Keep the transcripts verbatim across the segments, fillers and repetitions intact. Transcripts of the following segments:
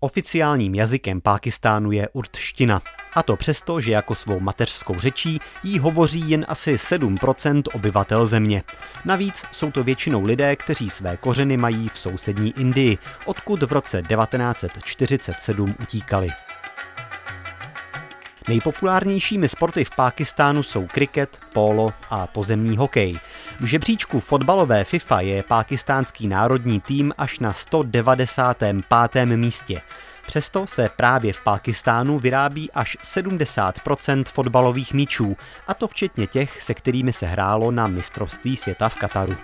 Oficiálním jazykem Pákistánu je urdština. A to přesto, že jako svou mateřskou řečí jí hovoří jen asi sedm procent obyvatel země. Navíc jsou to většinou lidé, kteří své kořeny mají v sousední Indii, odkud v roce devatenáct set čtyřicet sedm utíkali. Nejpopulárnějšími sporty v Pákistánu jsou kriket, pólo a pozemní hokej. V žebříčku fotbalové FIFA je pákistánský národní tým až na sto devadesátém pátém místě. Přesto se právě v Pákistánu vyrábí až sedmdesát procent fotbalových míčů, a to včetně těch, se kterými se hrálo na mistrovství světa v Kataru.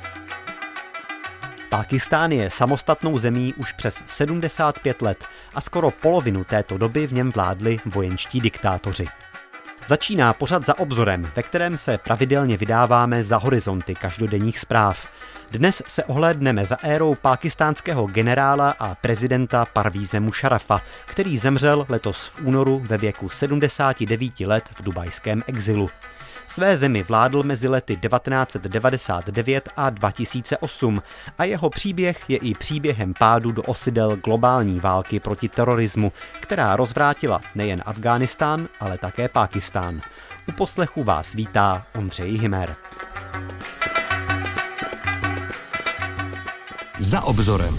Pákistán je samostatnou zemí už přes sedmdesát pět let a skoro polovinu této doby v něm vládli vojenští diktátoři. Začíná pořad Za obzorem, ve kterém se pravidelně vydáváme za horizonty každodenních zpráv. Dnes se ohlédneme za érou pákistánského generála a prezidenta Parvíze Mušarafa, který zemřel letos v únoru ve věku sedmdesáti devíti let v dubajském exilu. Své zemi vládl mezi lety devatenáct set devadesát devět a dva tisíce osm a jeho příběh je i příběhem pádu do osidel globální války proti terorismu, která rozvrátila nejen Afghánistán, ale také Pákistán. U poslechu vás vítá Ondřej Hymer. Za obzorem.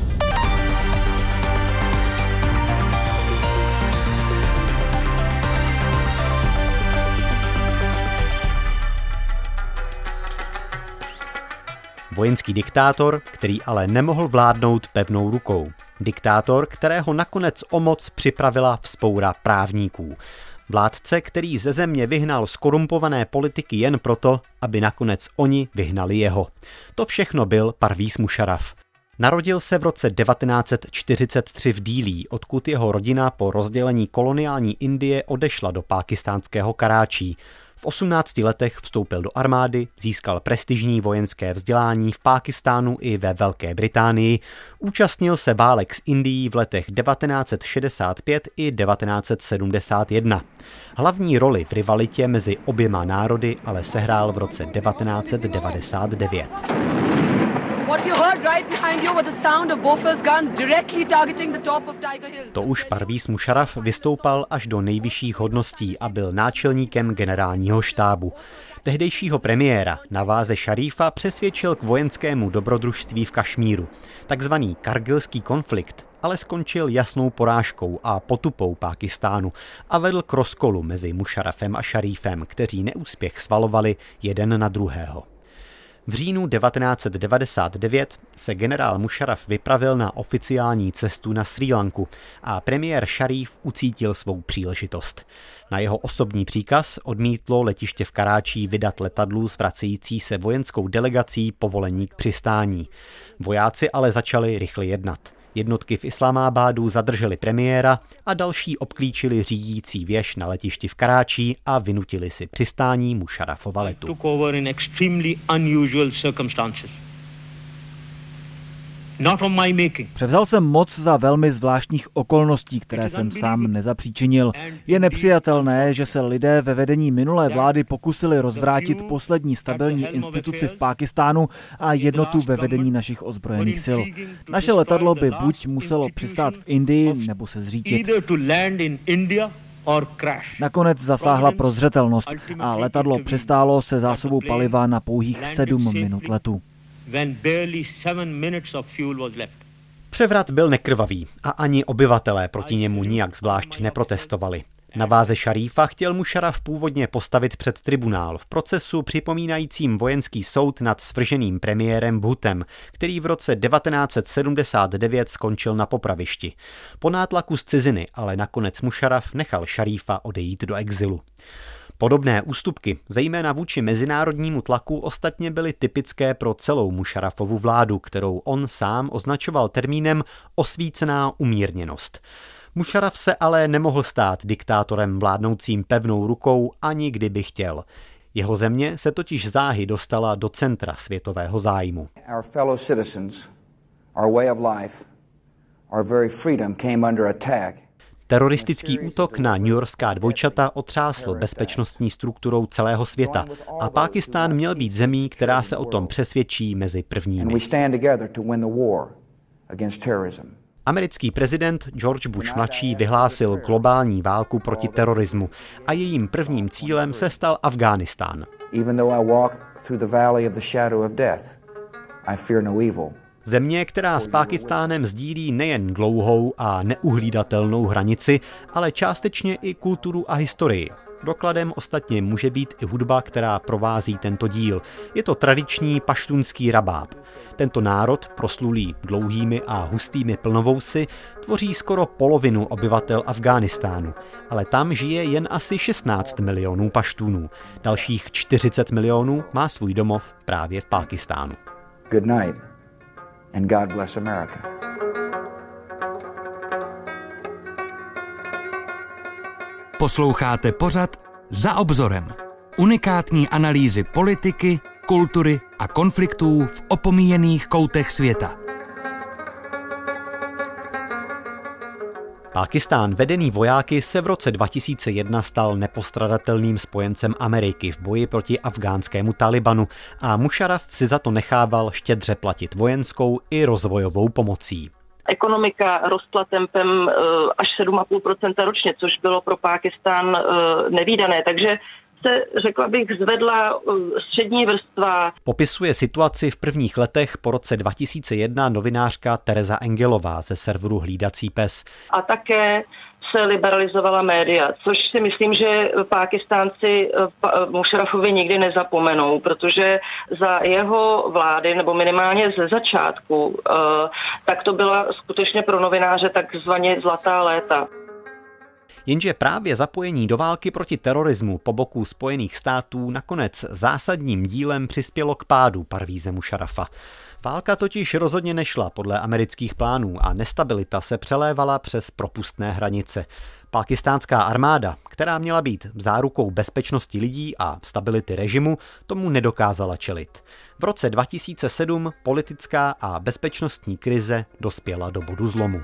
Vojenský diktátor, který ale nemohl vládnout pevnou rukou. Diktátor, kterého nakonec o moc připravila vzpoura právníků. Vládce, který ze země vyhnal zkorumpované politiky jen proto, aby nakonec oni vyhnali jeho. To všechno byl Parvíz Mušaraf. Narodil se v roce devatenáct set čtyřicet tři v Dílí, odkud jeho rodina po rozdělení koloniální Indie odešla do pákistánského Karáčí. V osmnácti letech vstoupil do armády, získal prestižní vojenské vzdělání v Pákistánu i ve Velké Británii, účastnil se válek s Indií v letech devatenáct set šedesát pět i devatenáct set sedmdesát jedna. Hlavní roli v rivalitě mezi oběma národy ale sehrál v roce devatenáct set devadesát devět. To už Parvíz Mušaraf vystoupal až do nejvyšších hodností a byl náčelníkem generálního štábu. Tehdejšího premiéra Naváze Šarífa přesvědčil k vojenskému dobrodružství v Kašmíru. Takzvaný kargilský konflikt ale skončil jasnou porážkou a potupou Pákistánu a vedl k rozkolu mezi Mušarafem a Šarífem, kteří neúspěch svalovali jeden na druhého. V říjnu devatenáct set devadesát devět se generál Mušaraf vypravil na oficiální cestu na Srí Lanku a premiér Šaríf ucítil svou příležitost. Na jeho osobní příkaz odmítlo letiště v Karáčí vydat letadlu s vracející se vojenskou delegací povolení k přistání. Vojáci ale začali rychle jednat. Jednotky v Islámábádu zadrželi premiéra a další obklíčili řídící věž na letišti v Karáčí a vynutili si přistání Mušarafova letu. Převzal jsem moc za velmi zvláštních okolností, které jsem sám nezapříčinil. Je nepřijatelné, že se lidé ve vedení minulé vlády pokusili rozvrátit poslední stabilní instituci v Pákistánu a jednotu ve vedení našich ozbrojených sil. Naše letadlo by buď muselo přistát v Indii, nebo se zřítit. Nakonec zasáhla prozřetelnost a letadlo přistálo se zásobou paliva na pouhých sedm minut letu. Převrat byl nekrvavý a ani obyvatelé proti němu nijak zvlášť neprotestovali. Naváze Šarífa chtěl Mušaraf původně postavit před tribunál v procesu připomínajícím vojenský soud nad svrženým premiérem Bhuttem, který v roce devatenáct set sedmdesát devět skončil na popravišti. Po nátlaku z ciziny ale nakonec Mušaraf nechal Šarífa odejít do exilu. Podobné ústupky, zejména vůči mezinárodnímu tlaku, ostatně byly typické pro celou Mušarafovu vládu, kterou on sám označoval termínem osvícená umírněnost. Mušaraf se ale nemohl stát diktátorem vládnoucím pevnou rukou, ani kdyby chtěl. Jeho země se totiž záhy dostala do centra světového zájmu. Our fellow citizens, our way of life, our very freedom came under attack. Teroristický útok na newyorská dvojčata otřásl bezpečnostní strukturou celého světa a Pákistán měl být zemí, která se o tom přesvědčí mezi prvními. Americký prezident George Bush mladší vyhlásil globální válku proti terorismu a jejím prvním cílem se stal Afghánistán. Země, která s Pákistánem sdílí nejen dlouhou a neuhlídatelnou hranici, ale částečně i kulturu a historii. Dokladem ostatně může být i hudba, která provází tento díl. Je to tradiční paštunský rabáb. Tento národ, proslulý dlouhými a hustými plnovousy, tvoří skoro polovinu obyvatel Afghánistánu, ale tam žije jen asi šestnáct milionů paštúnů. Dalších čtyřicet milionů má svůj domov právě v Pákistánu. Good night and God bless America. Posloucháte pořad Za obzorem. Unikátní analýzy politiky, kultury a konfliktů v opomíjených koutech světa. Pákistán, vedený vojáky, se v roce dva tisíce jedna stal nepostradatelným spojencem Ameriky v boji proti afgánskému Talibanu a Mušaraf si za to nechával štědře platit vojenskou i rozvojovou pomocí. Ekonomika rostla tempem až sedm celá pět procenta ročně, což bylo pro Pákistán nevídané, takže se, řekla bych, zvedla střední vrstva. Popisuje situaci v prvních letech po roce dva tisíce jedna novinářka Tereza Engelová ze serveru Hlídací pes. A také se liberalizovala média, což si myslím, že Pákistánci Mušarafovi nikdy nezapomenou, protože za jeho vlády, nebo minimálně ze začátku, tak to byla skutečně pro novináře takzvaně zlatá léta. Jenže právě zapojení do války proti terorismu po boku Spojených států nakonec zásadním dílem přispělo k pádu Parvíze Mušarafa. Válka totiž rozhodně nešla podle amerických plánů a nestabilita se přelévala přes propustné hranice. Pákistánská armáda, která měla být zárukou bezpečnosti lidí a stability režimu, tomu nedokázala čelit. V roce dva tisíce sedm politická a bezpečnostní krize dospěla do bodu zlomu.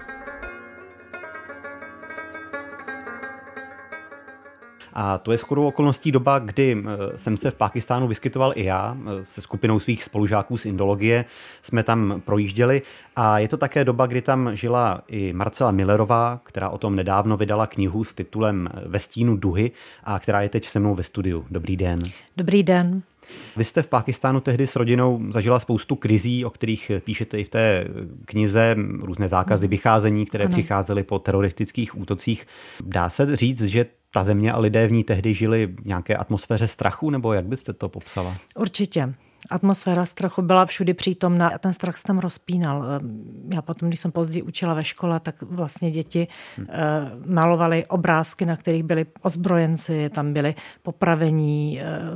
A to je shodou okolností doba, kdy jsem se v Pákistánu vyskytoval i já se skupinou svých spolužáků z indologie. Jsme tam projížděli a je to také doba, kdy tam žila i Marcela Millerová, která o tom nedávno vydala knihu s titulem Ve stínu duhy a která je teď se mnou ve studiu. Dobrý den. Dobrý den. Vy jste v Pákistánu tehdy s rodinou zažila spoustu krizí, o kterých píšete i v té knize, různé zákazy vycházení, které ano. přicházely po teroristických útocích. Dá se říct, že ta země a lidé v ní tehdy žili v nějaké atmosféře strachu, nebo jak byste to popsala? Určitě. Atmosféra strachu byla všudy přítomná a ten strach se tam rozpínal. Já potom, když jsem později učila ve škole, tak vlastně děti hmm. malovaly obrázky, na kterých byli ozbrojenci, tam byli popravení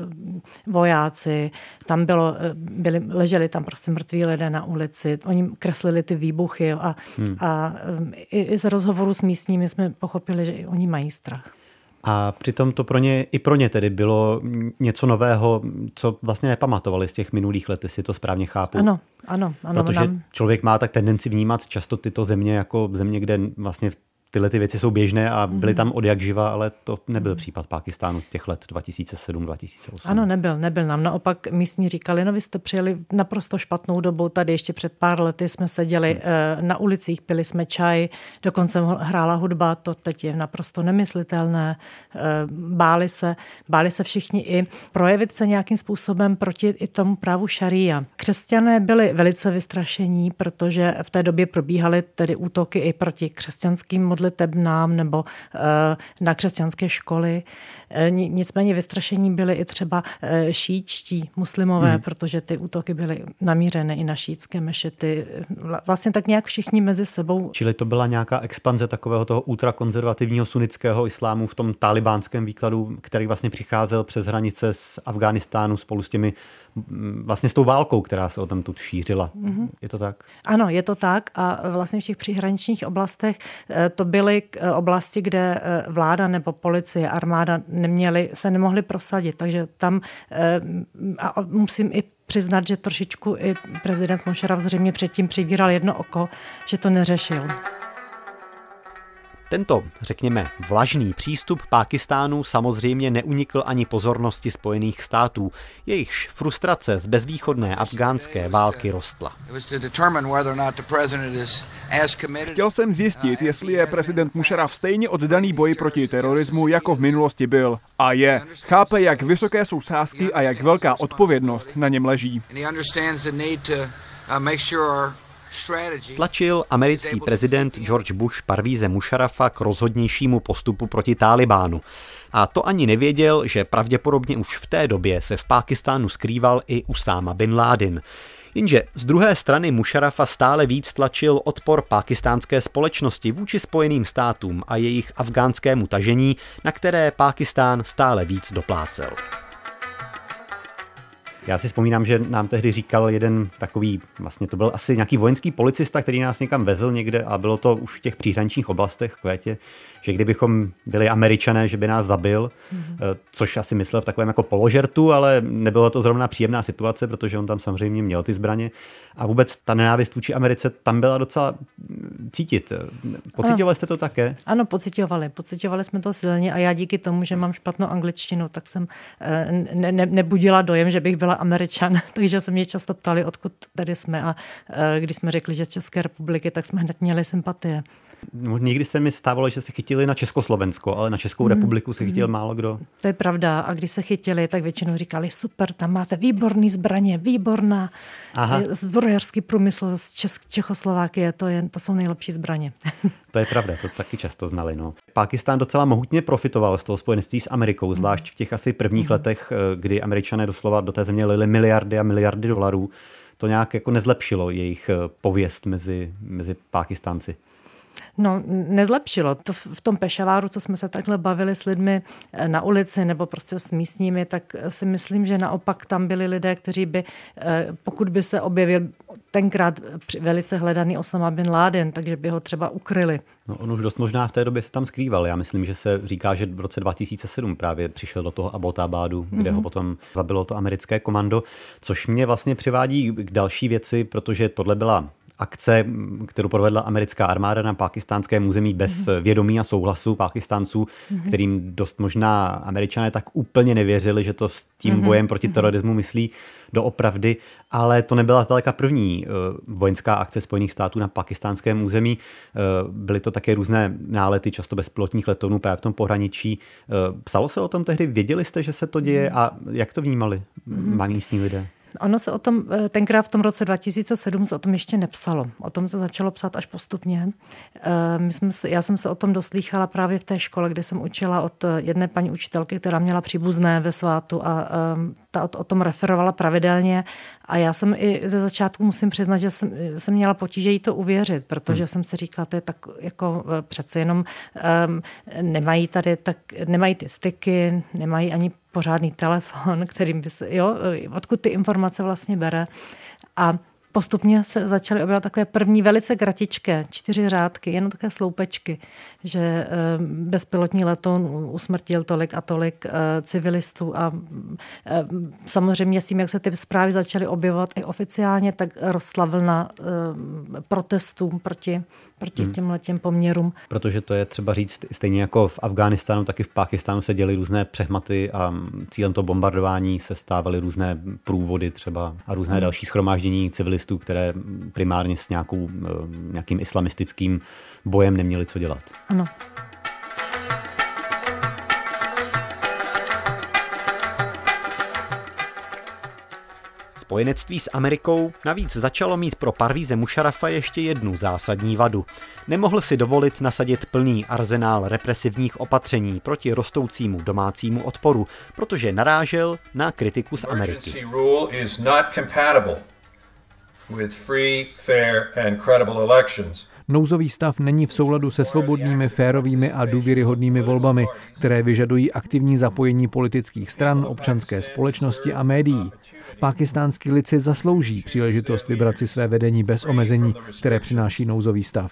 vojáci, tam bylo, byli, leželi tam prostě mrtví lidé na ulici, oni kreslili ty výbuchy a, hmm. a i, i z rozhovoru s místními jsme pochopili, že i oni mají strach. A přitom to pro ně, i pro ně tedy bylo něco nového, co vlastně nepamatovali z těch minulých let, jestli to správně chápu. Ano, ano. ano Protože nám... člověk má tak tendenci vnímat často tyto země jako země, kde vlastně tyhle ty věci jsou běžné a byly tam od jak živa, ale to nebyl případ Pákistánu těch let dva tisíce sedm dva tisíce osm. Ano, nebyl, nebyl. Nám naopak místní říkali, no vy jste přijeli naprosto špatnou dobu, tady ještě před pár lety jsme seděli hmm. na ulicích, pili jsme čaj, dokonce hrála hudba, to teď je naprosto nemyslitelné. Báli se, báli se všichni i projevit se nějakým způsobem proti i tomu právu šaría. Křesťané byli velice vystrašení, protože v té době probíhaly tedy útoky i proti křesťanským modlitbám tebnám nebo na křesťanské školy. Nicméně vystrašení byli i třeba šíčtí muslimové, hmm. protože ty útoky byly namířené i na šítské mešity. Vlastně tak nějak všichni mezi sebou. Čili to byla nějaká expanze takového toho ultrakonzervativního sunnického islámu v tom talibánském výkladu, který vlastně přicházel přes hranice z Afghánistánu spolu s těmi vlastně s tou válkou, která se o tam tu šířila. Mm-hmm. Je to tak? Ano, je to tak a vlastně v těch příhraničních oblastech to byly oblasti, kde vláda nebo policie, armáda neměli, se nemohli prosadit, takže tam a musím i přiznat, že trošičku i prezident Mušaraf zřejmě předtím přivíral jedno oko, že to neřešil. Tento, řekněme, vlažný přístup Pákistánu samozřejmě neunikl ani pozornosti Spojených států, jejichž frustrace z bezvýchodné afghánské války rostla. Chtěl jsem zjistit, jestli je prezident Musharraf stejně oddaný boji proti terorismu, jako v minulosti byl. A je. Chápe, jak vysoké jsou sázky a jak velká odpovědnost na něm leží. Tlačil americký prezident George Bush Parvíze Musharrafa k rozhodnějšímu postupu proti Tálibánu. A to ani nevěděl, že pravděpodobně už v té době se v Pákistánu skrýval i Usáma bin Ládin. Jenže z druhé strany Musharrafa stále víc tlačil odpor pákistánské společnosti vůči Spojeným státům a jejich afgánskému tažení, na které Pákistán stále víc doplácel. Já si vzpomínám, že nám tehdy říkal jeden takový, vlastně to byl asi nějaký vojenský policista, který nás někam vezl někde a bylo to už v těch příhraničních oblastech v Kvétě, že kdybychom byli Američané, že by nás zabil, mm-hmm. což asi myslel v takovém jako položertu, ale nebylo to zrovna příjemná situace, protože on tam samozřejmě měl ty zbraně a vůbec ta nenávist vůči Americe tam byla docela cítit. Pociťovali jste to také? Ano, pociťovali. Pociťovali jsme to silně a já díky tomu, že mám špatnou angličtinu, tak jsem ne, ne, nebudila dojem, že bych byla Američan, takže se mě často ptali, odkud tady jsme a když jsme řekli, že z České republiky, tak jsme hned měli sympatie. No, někdy se mi stávalo, že se chytili na Československo, ale na Českou republiku se chytil mm. málo kdo. To je pravda. A když se chytili, tak většinou říkali, super, tam máte výborný zbraně, výborná. Zbrojařský průmysl z Čes- Čechoslovákie, to, je, to jsou nejlepší zbraně. To je pravda, to taky často znali. No. Pákistán docela mohutně profitoval z toho spojenectví s Amerikou, zvlášť v těch asi prvních mm. letech, kdy Američané doslova do té země lili miliardy a miliardy dolarů. To nějak jako nezlepšilo jejich pověst mezi, mezi Pákistánci. No, nezlepšilo. To v tom Pešaváru, co jsme se takhle bavili s lidmi na ulici nebo prostě s místními, tak si myslím, že naopak tam byli lidé, kteří by, pokud by se objevil tenkrát velice hledaný Osama bin Laden, takže by ho třeba ukryli. No, on už dost možná v té době se tam skrýval. Já myslím, že se říká, že v roce dva tisíce sedm právě přišel do toho Abbottabadu, kde mm-hmm. ho potom zabilo to americké komando, což mě vlastně přivádí k další věci, protože tohle byla akce, kterou provedla americká armáda na pákistánském území bez vědomí a souhlasu Pákistánců, mm-hmm. kterým dost možná Američané tak úplně nevěřili, že to s tím mm-hmm. bojem proti terorismu myslí doopravdy, ale to nebyla zdaleka první uh, vojenská akce Spojených států na pákistánském území. Uh, byly to také různé nálety, často bezpilotních letounů právě v tom pohraničí. Uh, psalo se o tom tehdy? Věděli jste, že se to děje a jak to vnímali mm-hmm. místní lidé? Ono se o tom, tenkrát v tom roce dva tisíce sedm se o tom ještě nepsalo. O tom se začalo psát až postupně. My jsme se, já jsem se o tom doslýchala právě v té škole, kde jsem učila od jedné paní učitelky, která měla příbuzné ve Svátu a ta o tom referovala pravidelně. A já jsem i ze začátku musím přiznat, že jsem, jsem měla potíže jí to uvěřit, protože hmm. jsem si říkala, to je tak jako přece jenom um, nemají tady tak, nemají ty styky, nemají ani pořádný telefon, kterým by se, jo, odkud ty informace vlastně bere. A postupně se začaly objevovat takové první velice kratičké, čtyři řádky, jenom takové sloupečky, že bezpilotní letoun usmrtil tolik a tolik civilistů a samozřejmě s tím, jak se ty zprávy začaly objevovat i oficiálně, tak rostla vlna protestů proti proti hmm. těmhletěm poměrům. Protože to je třeba říct, stejně jako v Afghánistánu, tak i v Pákistánu se děly různé přehmaty a cílem toho bombardování se stávaly různé průvody třeba a různé hmm. další shromáždění civilistů, které primárně s nějakou, nějakým islamistickým bojem neměli co dělat. Ano. Spojenectví s Amerikou navíc začalo mít pro Parvíze Musharrafa ještě jednu zásadní vadu. Nemohl si dovolit nasadit plný arzenál represivních opatření proti rostoucímu domácímu odporu, protože narážel na kritiku z Ameriky. Nouzový stav není v souladu se svobodnými, férovými a důvěryhodnými volbami, které vyžadují aktivní zapojení politických stran, občanské společnosti a médií. Pákistánský lid si zaslouží příležitost vybrat si své vedení bez omezení, které přináší nouzový stav.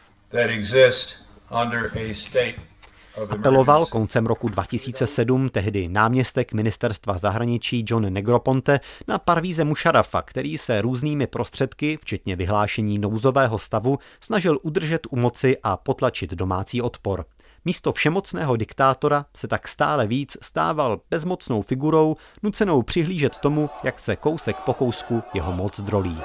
Apeloval koncem roku dva tisíce sedm tehdy náměstek ministerstva zahraničí John Negroponte na Parvíze Musharrafa, který se různými prostředky, včetně vyhlášení nouzového stavu, snažil udržet u moci a potlačit domácí odpor. Místo všemocného diktátora se tak stále víc stával bezmocnou figurou, nucenou přihlížet tomu, jak se kousek po kousku jeho moc drolí.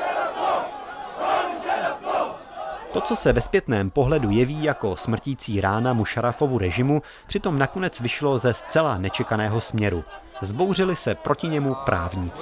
To, co se ve zpětném pohledu jeví jako smrtící rána Mušarafovu režimu, přitom nakonec vyšlo ze zcela nečekaného směru. Zbouřili se proti němu právníci.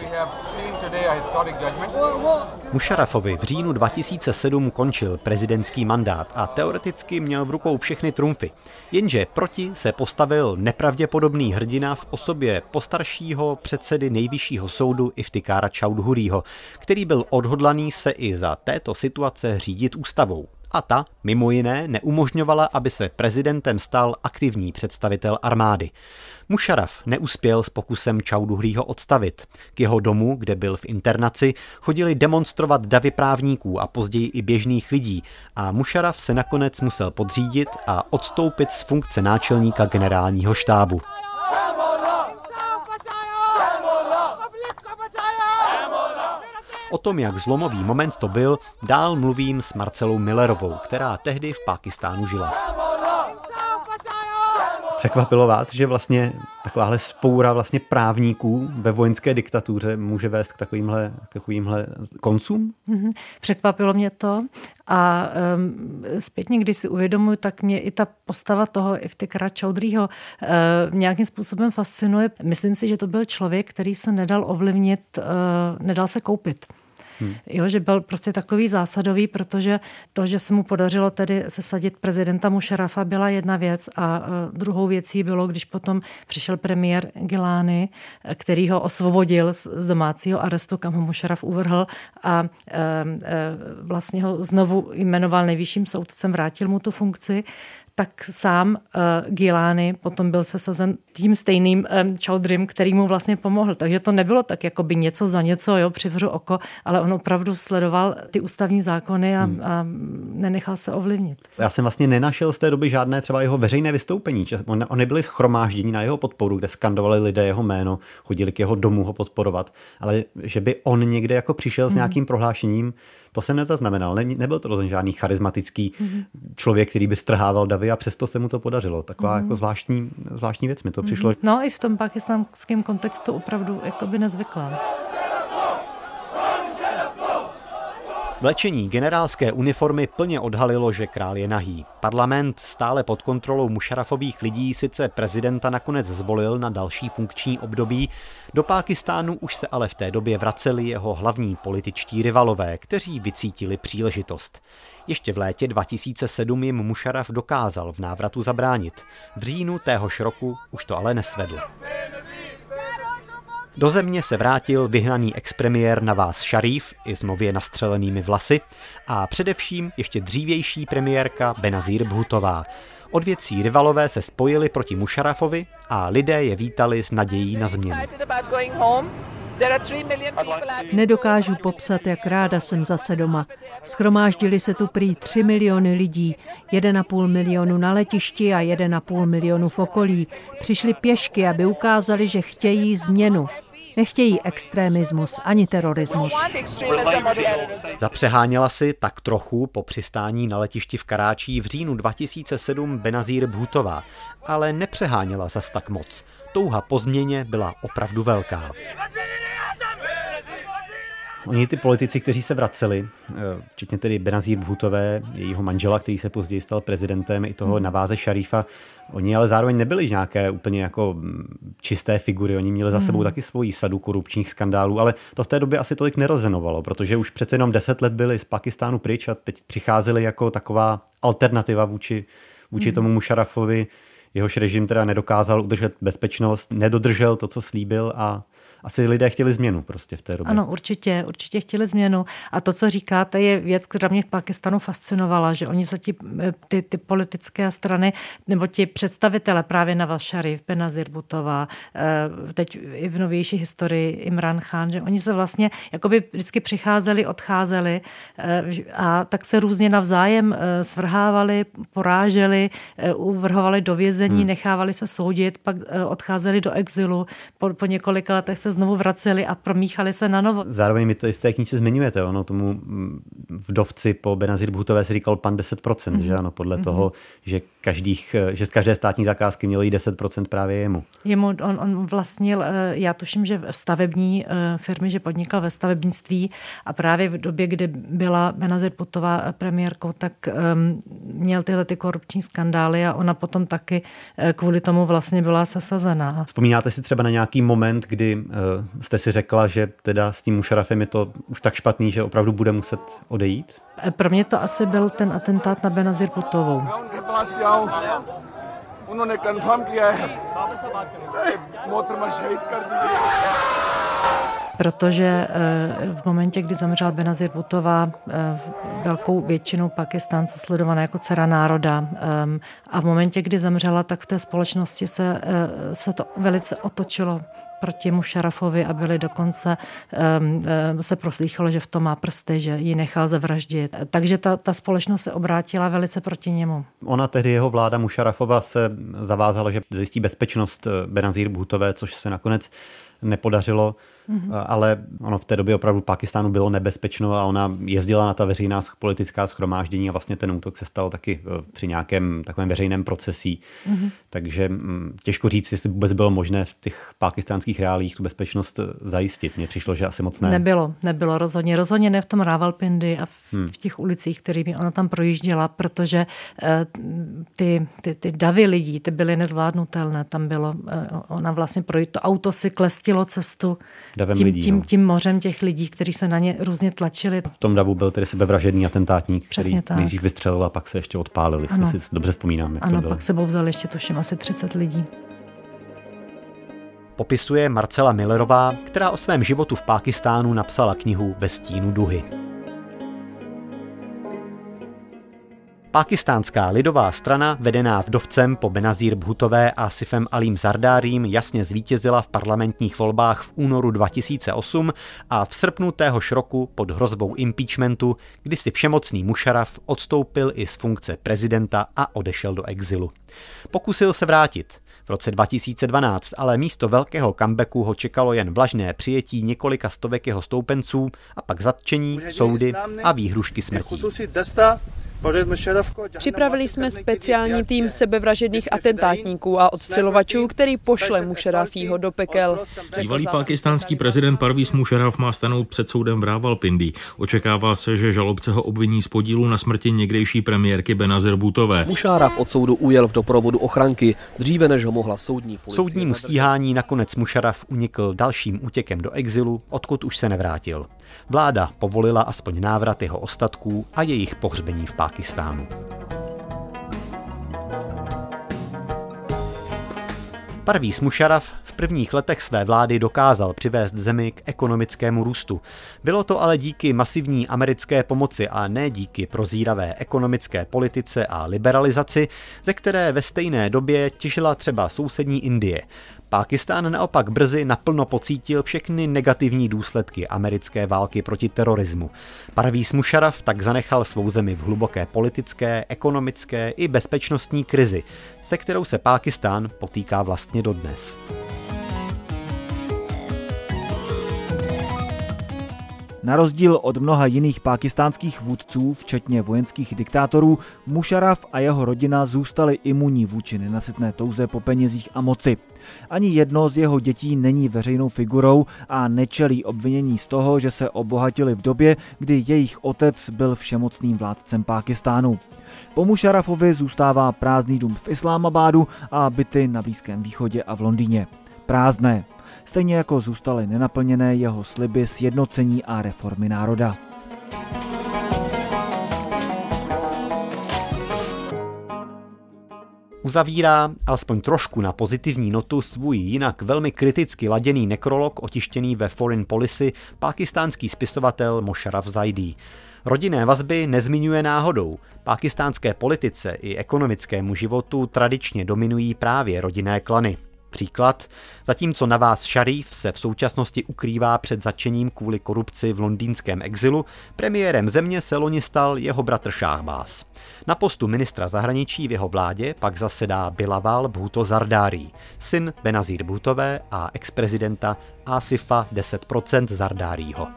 Mušarafovi v říjnu dva tisíce sedm končil prezidentský mandát a teoreticky měl v rukou všechny trumfy. Jenže proti se postavil nepravděpodobný hrdina v osobě postaršího předsedy nejvyššího soudu Iftikára Čaudhurího, který byl odhodlaný se i za této situace řídit ústavou. A ta, mimo jiné, neumožňovala, aby se prezidentem stal aktivní představitel armády. Mušaraf neuspěl s pokusem Čaudhurího odstavit. K jeho domu, kde byl v internaci, chodili demonstrovat davy právníků a později i běžných lidí a Mušaraf se nakonec musel podřídit a odstoupit z funkce náčelníka generálního štábu. O tom, jak zlomový moment to byl, dál mluvím s Marcelou Millerovou, která tehdy v Pákistánu žila. Překvapilo vás, že vlastně takováhle spoura vlastně právníků ve vojenské diktatuře může vést k takovýmhle, k takovýmhle koncům? Mm-hmm. Překvapilo mě to a um, zpětně, když si uvědomuji, tak mě i ta postava toho Iftikára Čaudhurího uh, nějakým způsobem fascinuje. Myslím si, že to byl člověk, který se nedal ovlivnit, uh, nedal se koupit. Hmm. Jo, že byl prostě takový zásadový, protože to, že se mu podařilo tedy sesadit prezidenta Mušarafa, byla jedna věc a druhou věcí bylo, když potom přišel premiér Gilani, který ho osvobodil z domácího arestu, kam ho Mušaraf uvrhl a e, e, vlastně ho znovu jmenoval nejvyšším soudcem, vrátil mu tu funkci, tak sám uh, Gilani potom byl sesazen tím stejným um, Čaudhurím, který mu vlastně pomohl. Takže to nebylo tak jako by něco za něco, jo, přivřu oko, ale on opravdu sledoval ty ústavní zákony a, hmm. a nenechal se ovlivnit. Já jsem vlastně nenašel z té doby žádné třeba jeho veřejné vystoupení. On, oni byli shromáždění na jeho podporu, kde skandovali lidé jeho jméno, chodili k jeho domu ho podporovat, ale že by on někde jako přišel s nějakým hmm. prohlášením, to jsem nezaznamenal. Ne, nebyl to rozhodně žádný charismatický mm-hmm. člověk, který by strhával davy a přesto se mu to podařilo. Taková mm-hmm. jako zvláštní, zvláštní věc mi to mm-hmm. přišlo. No i v tom pákistánském kontextu opravdu jakoby nezvyklá. Svlečení generálské uniformy plně odhalilo, že král je nahý. Parlament stále pod kontrolou Mušarafových lidí sice prezidenta nakonec zvolil na další funkční období, do Pákistánu už se ale v té době vraceli jeho hlavní političtí rivalové, kteří vycítili příležitost. Ještě v létě dva tisíce sedm jim Mušaraf dokázal v návratu zabránit. V říjnu téhož roku už to ale nesvedl. Do země se vrátil vyhnaný expremiér Nawaz Sharif i s nově nastřelenými vlasy a především ještě dřívější premiérka Benazir Bhuttová. Odvěcí rivalové se spojili proti Mušarafovi a lidé je vítali s nadějí na změnu. Nedokážu popsat, jak ráda jsem zase doma. Schromáždili se tu prý tři miliony lidí, jeden a půl milionu na letišti a jeden a půl milionu v okolí. Přišli pěšky, aby ukázali, že chtějí změnu. Nechtějí extremismus ani terorismus. Zapřeháněla si tak trochu po přistání na letišti v Karáčí v říjnu dva tisíce sedm Benazir Bhuttová, ale nepřeháněla zas tak moc. Touha po změně byla opravdu velká. Oni ty politici, kteří se vraceli, včetně tedy Benazir Bhuttové, jejího manžela, který se později stal prezidentem, i toho Naváze Šarífa, oni ale zároveň nebyli nějaké úplně jako čisté figury, oni měli za sebou taky svoji sadu korupčních skandálů, ale to v té době asi tolik nerozenovalo, protože už přece jenom deset let byli z Pákistánu pryč a teď přicházeli jako taková alternativa vůči, vůči tomu Mušarafovi. Jehož režim teda nedokázal udržet bezpečnost, nedodržel to, co slíbil a asi lidé chtěli změnu prostě v té době. Ano, určitě, určitě chtěli změnu. A to, co říkáte, je věc, která mě v Pákistánu fascinovala, že oni se ti, ty, ty politické strany, nebo ti představitele, právě Nawaz Sharif, Benazir Bhuttová, teď i v novější historii Imran Khan, že oni se vlastně jakoby vždycky přicházeli, odcházeli a tak se různě navzájem svrhávali, poráželi, uvrhovali do vězení, hmm. nechávali se soudit, pak odcházeli do exilu, po, po několika letech se se znovu vraceli a promíchali se na novo. Zároveň mi to i v té knížce zmiňujete, ono tomu vdovci po Benazir Bhutové se říkal pan deset procent, mm-hmm. že ano, podle mm-hmm. toho, že, každých, že z každé státní zakázky mělo jí deset procent právě jemu. Jemu on, on vlastnil, já tuším, že v stavební firmy, že podnikal ve stavebnictví a právě v době, kdy byla Benazir Bhuttová premiérkou, tak um, měl tyhle ty korupční skandály a ona potom taky kvůli tomu vlastně byla sesazená. Vzpomínáte si třeba na nějaký moment, kdy uh, jste si řekla, že teda s tím Musharrafem je to už tak špatný, že opravdu bude muset odejít? Pro mě to asi byl ten atentát na Benazir Bhuttovou. Protože v momentě, kdy zemřela Benazir Bhuttová, velkou většinou Pakistánce sledovaná jako dcera národa, a v momentě, kdy zemřela, tak v té společnosti se, se to velice otočilo proti Musharrafovi a byli dokonce, um, se proslýchalo, že v tom má prsty, že ji nechal zavraždit. Takže ta, ta společnost se obrátila velice proti němu. Ona tehdy, jeho vláda Musharrafova, se zavázala, že zajistí bezpečnost Benazir Bhuttové, což se nakonec nepodařilo, mm-hmm. ale ono v té době opravdu Pákistánu bylo nebezpečno a ona jezdila na ta veřejná politická shromáždění a vlastně ten útok se stal taky při nějakém takovém veřejném procesí. Mm-hmm. Takže těžko říct, jestli vůbec bylo možné v těch pákistánských reálích tu bezpečnost zajistit. Mně přišlo, že asi moc ne. Nebylo, nebylo rozhodně. Rozhodně ne v tom Rawalpindi a v, hmm. v těch ulicích, kterými ona tam projížděla, protože ty, ty, ty davy lidí, ty byly nezvládnutelné. Tam bylo, ona vlastně projít, to auto si klestilo cestu tím, lidí, tím, no. tím mořem těch lidí, kteří se na ně různě tlačili. V tom davu byl tedy sebevražedný atentátník, který nejdřív vystřelil a pak se ještě odpálil, jestli si dobře vzpomínám. Jak ano, to bylo. Pak sebou vzali ještě tuším asi třicet lidí. Popisuje Marcela Millerová, která o svém životu v Pákistánu napsala knihu Ve stínu duhy. Pákistánská lidová strana, vedená vdovcem po Benazir Bhuttové a Sifem Alím Zardárím, jasně zvítězila v parlamentních volbách v únoru dva tisíce osm a v srpnu téhož roku pod hrozbou impeachmentu, kdy si všemocný Musharraf odstoupil i z funkce prezidenta a odešel do exilu. Pokusil se vrátit. V roce dva tisíce dvanáct ale místo velkého comebacku ho čekalo jen vlažné přijetí několika stovek jeho stoupenců a pak zatčení, soudy a výhrušky smrtí. Připravili jsme speciální tým sebevražedných atentátníků a odstřelovačů, který pošle Musharrafího do pekel. Bývalý pákistánský prezident Parvez Musharraf má stanout před soudem v Rawalpindi. Očekává se, že žalobce ho obviní z podílu na smrti někdejší premiérky Benazir Bhuttové. Musharraf od soudu ujel v doprovodu ochranky, dříve než ho mohla soudní policie. Soudnímu stíhání nakonec Musharraf unikl dalším útěkem do exilu, odkud už se nevrátil. Vláda povolila aspoň návrat jeho ostatků a jejich pohřbení v Pákistánu. Parvez Musharraf v prvních letech své vlády dokázal přivést zemi k ekonomickému růstu. Bylo to ale díky masivní americké pomoci a ne díky prozíravé ekonomické politice a liberalizaci, ze které ve stejné době těžila třeba sousední Indie. Pákistán naopak brzy naplno pocítil všechny negativní důsledky americké války proti terorismu. Parvez Musharraf tak zanechal svou zemi v hluboké politické, ekonomické i bezpečnostní krizi, se kterou se Pákistán potýká vlastně dodnes. Na rozdíl od mnoha jiných pákistánských vůdců, včetně vojenských diktátorů, Musharraf a jeho rodina zůstali imunní vůči nenasytné touze po penězích a moci. Ani jedno z jeho dětí není veřejnou figurou a nečelí obvinění z toho, že se obohatili v době, kdy jejich otec byl všemocným vládcem Pákistánu. Po Musharrafovi zůstává prázdný dům v Islámabádu a byty na Blízkém východě a v Londýně. Prázdné. Stejně jako zůstaly nenaplněné jeho sliby sjednocení a reformy národa. Uzavírá alespoň trošku na pozitivní notu svůj jinak velmi kriticky laděný nekrolog otištěný ve Foreign Policy pákistánský spisovatel Mosharraf Zaidi. Rodinné vazby nezmiňuje náhodou. Pákistánské politice i ekonomickému životu tradičně dominují právě rodinné klany. Příklad, zatímco Nawaz Sharif se v současnosti ukrývá před zatčením kvůli korupci v londýnském exilu, premiérem země se loni stal jeho bratr Shahbaz. Na postu ministra zahraničí v jeho vládě pak zasedá Bilawal Bhutto Zardari, syn Benazir Bhuttové a ex-prezidenta Asifa deset procent Zardárího.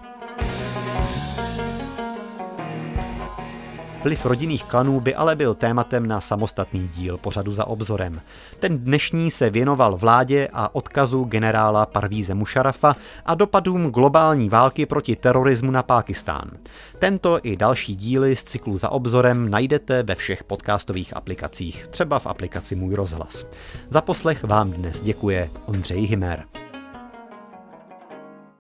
Vliv rodinných klanů by ale byl tématem na samostatný díl pořadu Za obzorem. Ten dnešní se věnoval vládě a odkazu generála Parvíze Mušarafa a dopadům globální války proti terorismu na Pákistán. Tento i další díly z cyklu Za obzorem najdete ve všech podcastových aplikacích, třeba v aplikaci Můj rozhlas. Za poslech vám dnes děkuje Ondřej Hymer.